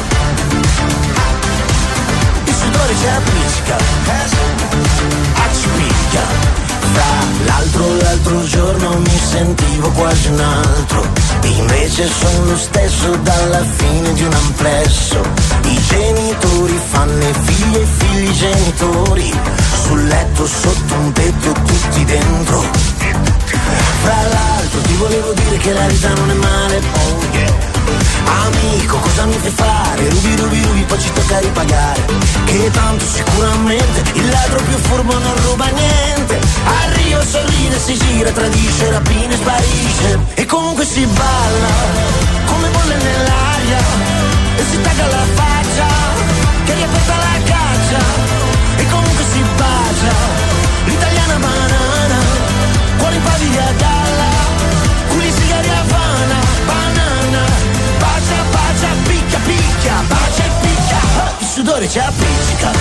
il sudore ci appiccica, ah, ci picchia. Tra l'altro l'altro giorno mi sentivo quasi un altro, invece sono lo stesso dalla fine di un amplesso. I genitori fanno i figli e i figli genitori, sul letto sotto un tetto tutti dentro. Fra l'altro ti volevo dire che la vita non è male, oh yeah. Amico, cosa mi fai fare? Rubi, rubi, rubi, poi ci tocca ripagare. Che tanto sicuramente il ladro più furbo non ruba niente. A Rio sorride, si gira, tradisce, rapina e sparisce. E comunque si balla, come bolle nell'aria. E si taglia la faccia, che riaperta la caccia. E comunque si bacia, l'italiana banana, cuore in paviglia galla, culi sigari Havana, banana, bacia, bacia, picchia, picchia, bacia e picchia, il sudore ci appiccica,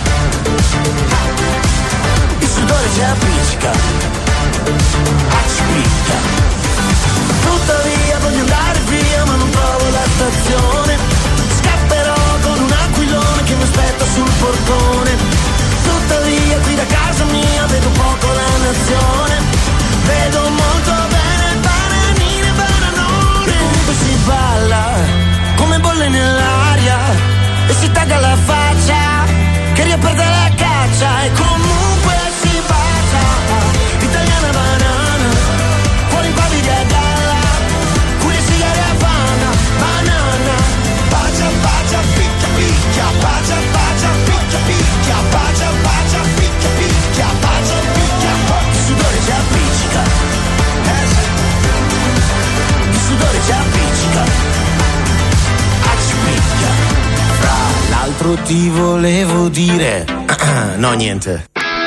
il sudore ci appiccica, ah, ci picchia. Tuttavia voglio andare via ma non trovo la stazione, scapperò con un aquilone che mi aspetta sul portone. Tuttavia qui da casa mia vedo poco la nazione, vedo molto bene bananine, bananone. Comunque si balla come bolle nell'aria e si taglia la faccia che riaperte la caccia. E comunque si bacia, l'italiana banana, cuore in paviglia galla, culi e sigari Havana, banana, bacia, bacia, picchia, picchia, bacia, bacia, picchia, picchia, bacia, bacia, picchia, picchia, bacia, picchia, il sudore ci appiccica, il sudore ci appiccica, ah, ci picchia. Fra l'altro ti volevo dire, no niente.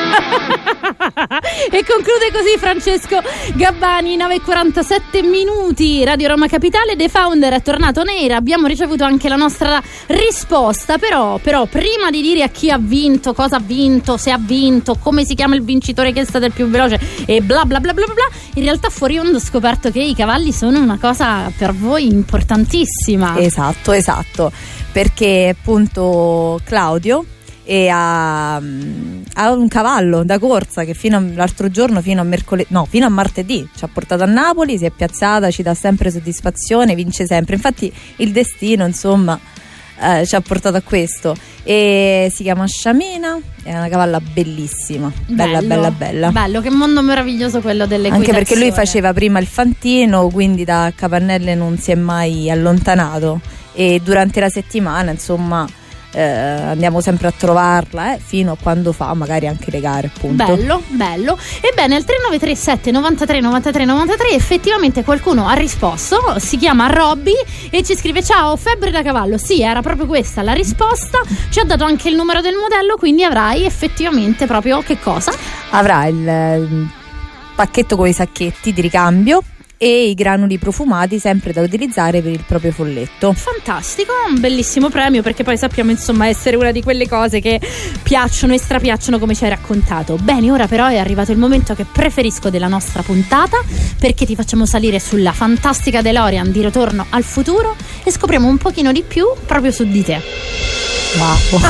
E conclude così Francesco Gabbani. Nove e quarantasette minuti, Radio Roma Capitale. The Founder è tornato nera. Abbiamo ricevuto anche la nostra risposta. Però, però, prima di dire a chi ha vinto, cosa ha vinto, se ha vinto, come si chiama il vincitore che è stato il più veloce e bla bla bla bla bla, in realtà fuori onda ho scoperto che i cavalli sono una cosa per voi importantissima. Esatto, esatto. Perché appunto Claudio e ha, ha un cavallo da corsa che fino all'altro giorno, fino a mercoledì, no, fino a martedì ci ha portato a Napoli, si è piazzata, ci dà sempre soddisfazione, vince sempre. Infatti il destino, insomma, eh, ci ha portato a questo. E si chiama Sciamena, è una cavalla bellissima, bella, bello, bella, bella. Bello, che mondo meraviglioso quello dell'equitazione. Anche perché lui faceva prima il fantino, quindi da Capannelle non si è mai allontanato. E durante la settimana, insomma, Eh, andiamo sempre a trovarla, eh, fino a quando fa magari anche le gare, appunto. Bello, bello. Ebbene, al tre nove tre sette novantatré novantatré novantatré effettivamente qualcuno ha risposto, si chiama Robby e ci scrive: ciao, febbre da cavallo. Sì, era proprio questa la risposta. Ci ha dato anche il numero del modello, quindi avrai effettivamente proprio che cosa? Avrà il eh, pacchetto con i sacchetti di ricambio e i granuli profumati, sempre da utilizzare per il proprio folletto. Fantastico, un bellissimo premio, perché poi sappiamo insomma essere una di quelle cose che piacciono e strapiacciono, come ci hai raccontato. Bene, ora però è arrivato il momento che preferisco della nostra puntata, perché ti facciamo salire sulla fantastica DeLorean di Ritorno al futuro e scopriamo un pochino di più proprio su di te. Wow.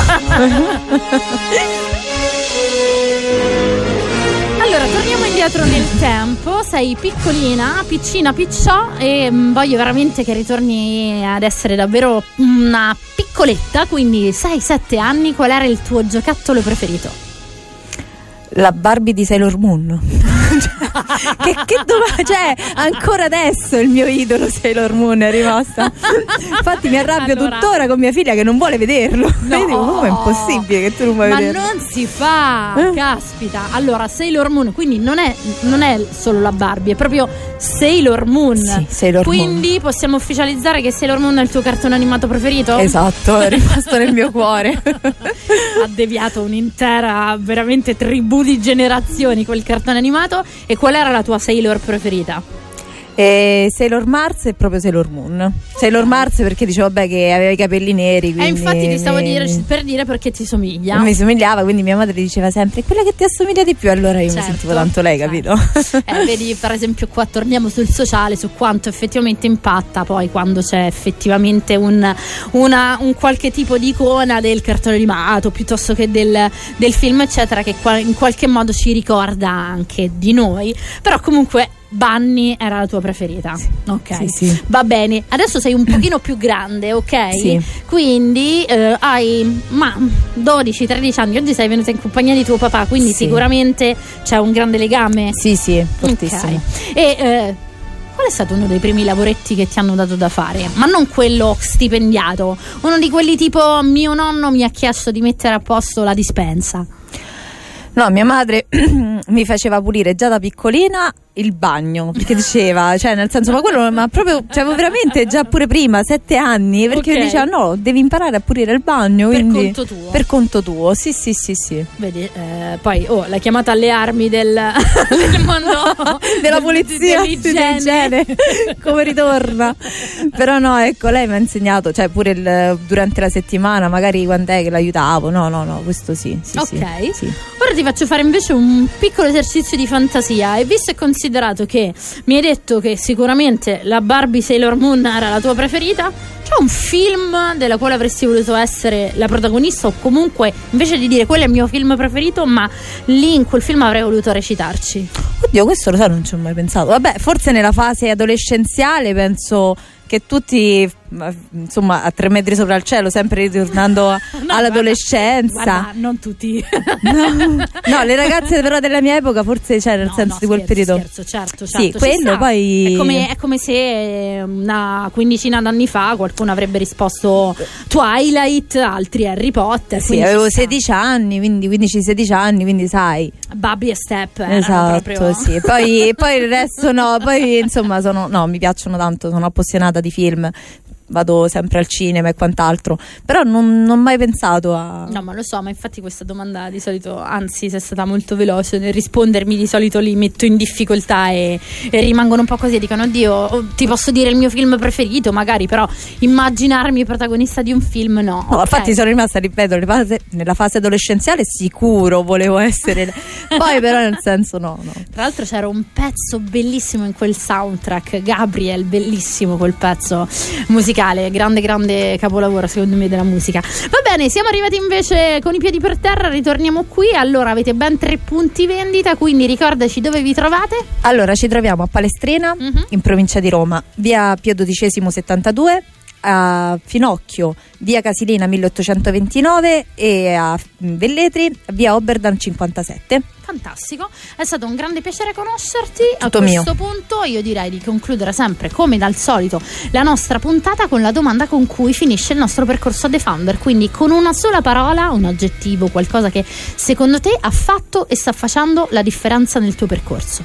Allora, torniamo indietro nel tempo. Sei piccolina, piccina, picciò, e mh, voglio veramente che ritorni ad essere davvero una piccoletta, quindi sei sette anni. Qual era il tuo giocattolo preferito? La Barbie di Sailor Moon. che, che dov- cioè, ancora adesso il mio idolo Sailor Moon è rimasta. Infatti mi arrabbio allora... tuttora con mia figlia che non vuole vederlo. No, io dico, come è impossibile che tu non vuoi ma vederlo? Ma non si fa, eh? Caspita. Allora, Sailor Moon, quindi non è, non è solo la Barbie, è proprio Sailor Moon. Sì, Sailor quindi Moon. Possiamo ufficializzare che Sailor Moon è il tuo cartone animato preferito? Esatto, è rimasto nel mio cuore. Ha deviato un'intera veramente tribù di generazioni quel cartone animato. E qual era la tua Sailor preferita? E Sailor Mars e proprio Sailor Moon. Sailor Mars perché dicevo vabbè che aveva i capelli neri. E eh, infatti ti stavo mi... dire, per dire perché ti somiglia. Mi somigliava, quindi mia madre diceva sempre quella che ti assomiglia di più. Allora io certo, mi sentivo tanto lei, certo. capito? Eh, vedi, per esempio qua torniamo sul sociale, su quanto effettivamente impatta poi quando c'è effettivamente un, una, un qualche tipo di icona del cartone animato piuttosto che del, del film eccetera, che in qualche modo ci ricorda anche di noi. Però comunque Bunny era la tua preferita. Sì. Ok, sì, sì. Va bene. Adesso sei un pochino più grande, ok? Sì. Quindi eh, hai ma dodici tredici anni. Oggi sei venuta in compagnia di tuo papà, quindi sì. sicuramente c'è un grande legame. Sì, sì, fortissimo. Okay. E eh, qual è stato uno dei primi lavoretti che ti hanno dato da fare? Ma non quello stipendiato, uno di quelli tipo mio nonno mi ha chiesto di mettere a posto la dispensa. No, mia madre mi faceva pulire già da piccolina il bagno, perché diceva, cioè nel senso, ma quello, ma proprio, cioè veramente già pure prima, sette anni, perché okay. diceva no, devi imparare a pulire il bagno, per quindi, conto tuo. Per conto tuo, sì sì sì sì. Vedi, eh, poi oh, la chiamata alle armi del, del mondo della pulizia, dell'igiene, come ritorna. Però no, ecco, lei mi ha insegnato, cioè pure il, durante la settimana, magari quando è che l'aiutavo, no no no, questo sì, sì ok, sì, sì. Ora ti faccio fare invece un piccolo esercizio di fantasia, e visto e considerato che mi hai detto che sicuramente la Barbie Sailor Moon era la tua preferita, c'è un film della quale avresti voluto essere la protagonista, o comunque invece di dire quello è il mio film preferito, ma lì in quel film avrei voluto recitarci? Oddio, questo lo sai, non ci ho mai pensato. Vabbè, forse nella fase adolescenziale penso che tutti, insomma, a tre metri sopra il cielo, sempre ritornando no, all'adolescenza. Guarda, guarda, non tutti. No, no, le ragazze però della mia epoca forse c'è, nel no, senso no, di quel scherzo, periodo. Scherzo, certo, certo. Sì, quello poi. È come, è come se una quindicina d'anni fa qualcuno avrebbe risposto Twilight, altri Harry Potter. Sì, avevo sedici anni, quindi quindici sedici anni, quindi sai. Bubby e Step. Esatto, proprio... sì. Poi, poi il resto no, poi insomma sono, no, mi piacciono tanto, sono appassionata di film, vado sempre al cinema e quant'altro, però non ho mai pensato a... No, ma lo so, ma infatti questa domanda di solito, anzi sei stata molto veloce nel rispondermi, di solito li metto in difficoltà e, e rimangono un po' così e dicono oddio, ti posso dire il mio film preferito magari, però immaginarmi protagonista di un film no. No, okay. Infatti sono rimasta, ripeto, nella fase, nella fase adolescenziale sicuro volevo essere, poi però nel senso no, no. Tra l'altro c'era un pezzo bellissimo in quel soundtrack, Gabriel, bellissimo quel pezzo musicale, grande grande capolavoro secondo me della musica. Va bene, siamo arrivati invece con i piedi per terra, ritorniamo qui. Allora avete ben tre punti vendita, quindi ricordaci dove vi trovate. Allora ci troviamo a Palestrina, uh-huh. in provincia di Roma, via Pio dodicesimo settantadue, a Finocchio via Casilina milleottocentoventinove e a Velletri via Oberdan cinquantasette. Fantastico, è stato un grande piacere conoscerti. Tutto a questo mio. punto io direi di concludere sempre come dal solito la nostra puntata con la domanda con cui finisce il nostro percorso a The Founder, quindi con una sola parola, un aggettivo, qualcosa che secondo te ha fatto e sta facendo la differenza nel tuo percorso.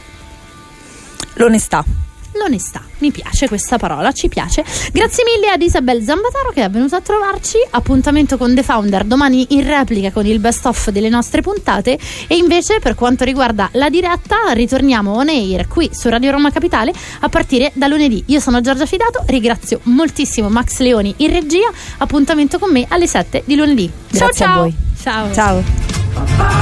L'onestà. L'onestà, mi piace questa parola, ci piace. Grazie mille ad Isabel Zambataro che è venuta a trovarci. Appuntamento con The Founder domani in replica con il best of delle nostre puntate, e invece per quanto riguarda la diretta ritorniamo on air qui su Radio Roma Capitale a partire da lunedì. Io sono Giorgia Fidato, ringrazio moltissimo Max Leoni in regia. Appuntamento con me alle sette di lunedì. Grazie ciao ciao. A voi. Ciao. Ciao.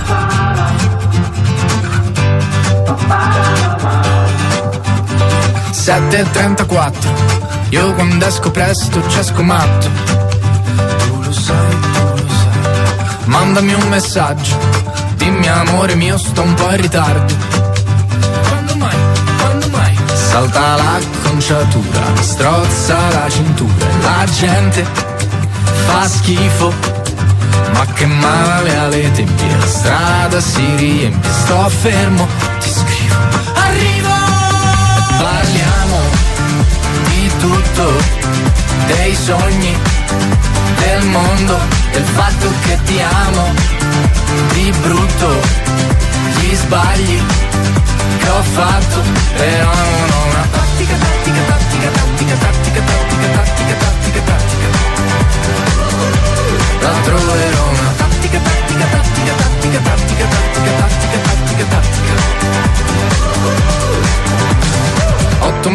sette e trentaquattro, io quando esco presto c'è scomatto. Tu lo sai, tu lo sai. Mandami un messaggio, dimmi amore mio sto un po' in ritardo. Quando mai, quando mai? Salta l'acconciatura, mi strozza la cintura e la gente fa schifo. Ma che male alle tempie, la strada si riempie, sto fermo, ti scrivo, arrivo. Parliamo di tutto, dei sogni, del mondo, del fatto che ti amo, di brutto, gli sbagli che ho fatto, però non ho una tattica, tattica, tattica, tattica, tattica, tattica, tattica, tattica, tattica. La troverò una tattica, tattica, tattica, tattica, tattica, tattica, tattica, tattica, tattica. Otto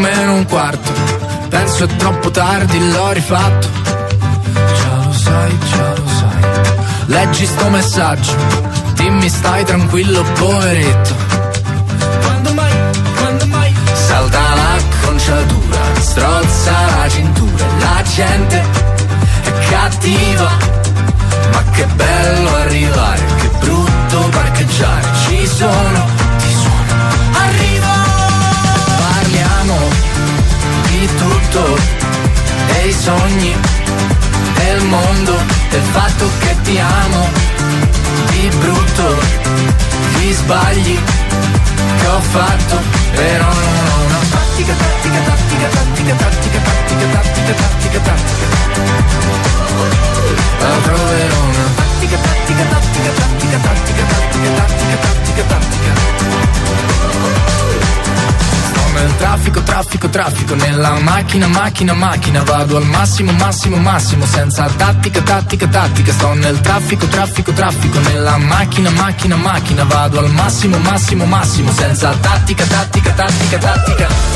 adesso è troppo tardi, l'ho rifatto. Già lo sai, già lo sai. Leggi sto messaggio, dimmi stai tranquillo poveretto. Quando mai, quando mai? Salta l'acconciatura, strozza la cintura. La gente è cattiva, ma che bello arrivare, che brutto parcheggiare. Ci sono, ti suono, arrivo. Parliamo di tutto, dei sogni, del mondo, del fatto che ti amo. Di brutto, di sbagli che ho fatto, però non ho una tattica, tattica, tattica, tattica, tattica, tattica, tattica, tattica, tattica. La troverò una tattica, tattica, tattica, tattica, tattica, tattica, tattica, tattica, tattica. Sto nel traffico, traffico, traffico, nella macchina, macchina, macchina. Vado al massimo, massimo, massimo, senza tattica, tattica, tattica. Sto nel traffico, traffico, traffico, nella macchina, macchina, macchina. Vado al massimo, massimo, massimo, senza tattica, tattica, tattica, tattica.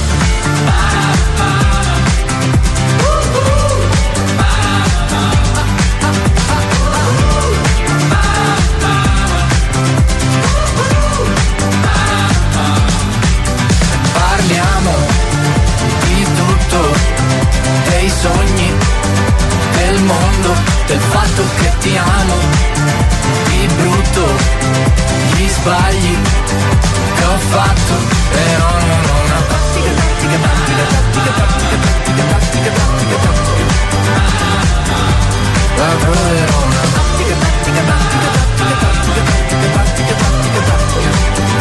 Dei sogni, del mondo, del fatto che ti amo. Di brutto, gli sbagli che ho fatto, però non ho una tattica, tattica, tattica, tattica, tattica, tattica, tattica, tattica, tattica. La troverò una tattica, tattica, tattica, tattica, tattica, tattica, tattica, tattica, tattica.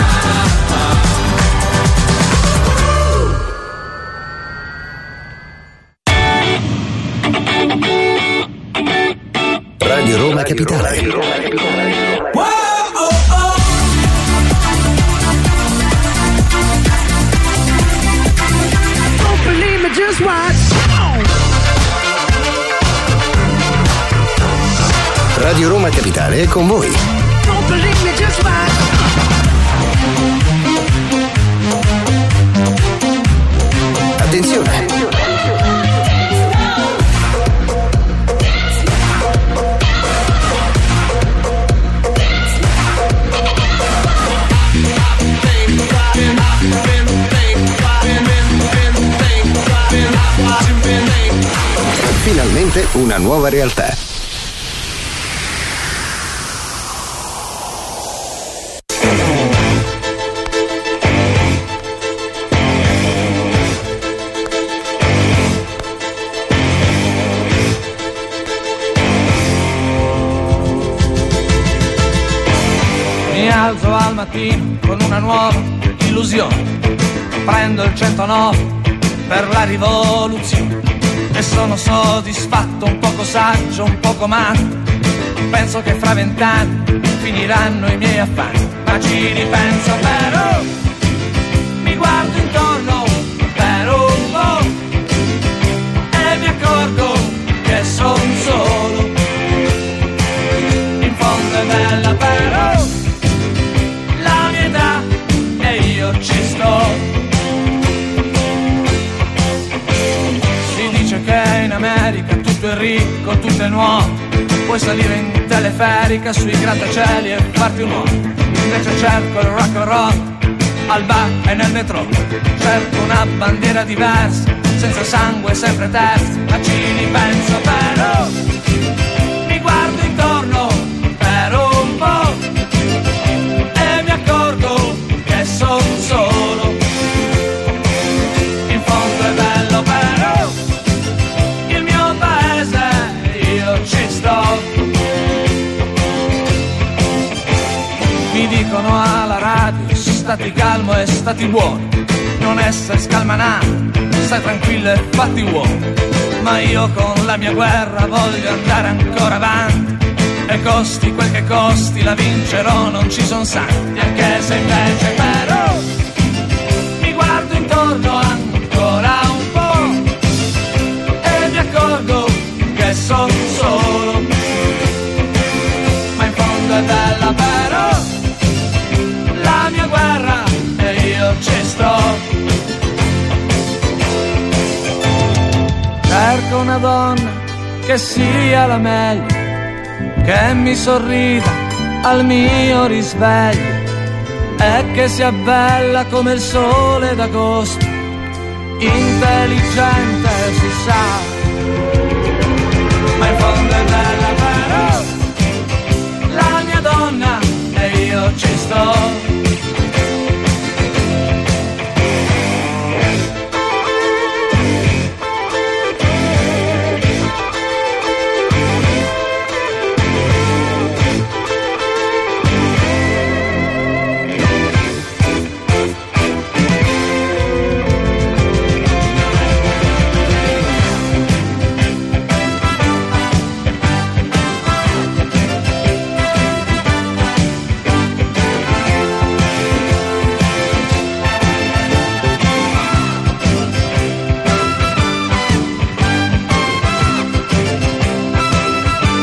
Radio Roma Capitale. Radio Roma Capitale è con voi. Attenzione! Finalmente una nuova realtà. Mi alzo al mattino con una nuova illusione, prendo il centonove per la rivoluzione e sono soddisfatto, un poco saggio, un poco matto. Penso che fra vent'anni finiranno i miei affanni, ma ci ripenso però, mi guardo intorno per un po' e mi accorgo che son solo. In fondo è bella però la mia età e io ci sto. Che in America tutto è ricco, tutto è nuovo, puoi salire in teleferica sui grattacieli e farti un uomo. Invece cerco il rock and roll al bar e nel metro, cerco una bandiera diversa, senza sangue, sempre terza, ma ci ripenso però, mi guardo intorno per un po' e mi accorgo che son solo. In fondo è bello però ci sto. Mi dicono alla radio stati calmo e stati buono, non essere scalmanato, stai tranquillo e fatti uomo. Ma io con la mia guerra voglio andare ancora avanti e costi quel che costi la vincerò, non ci son santi. Anche se invece però mi guardo intorno ancora un po' e mi accorgo che son solo. Ma in fondo è bella però la mia guerra e io ci sto. cerco una donna che sia la meglio, che mi sorrida al mio risveglio e che sia bella come il sole d'agosto, intelligente si sa, ma in fondo è bella, bella.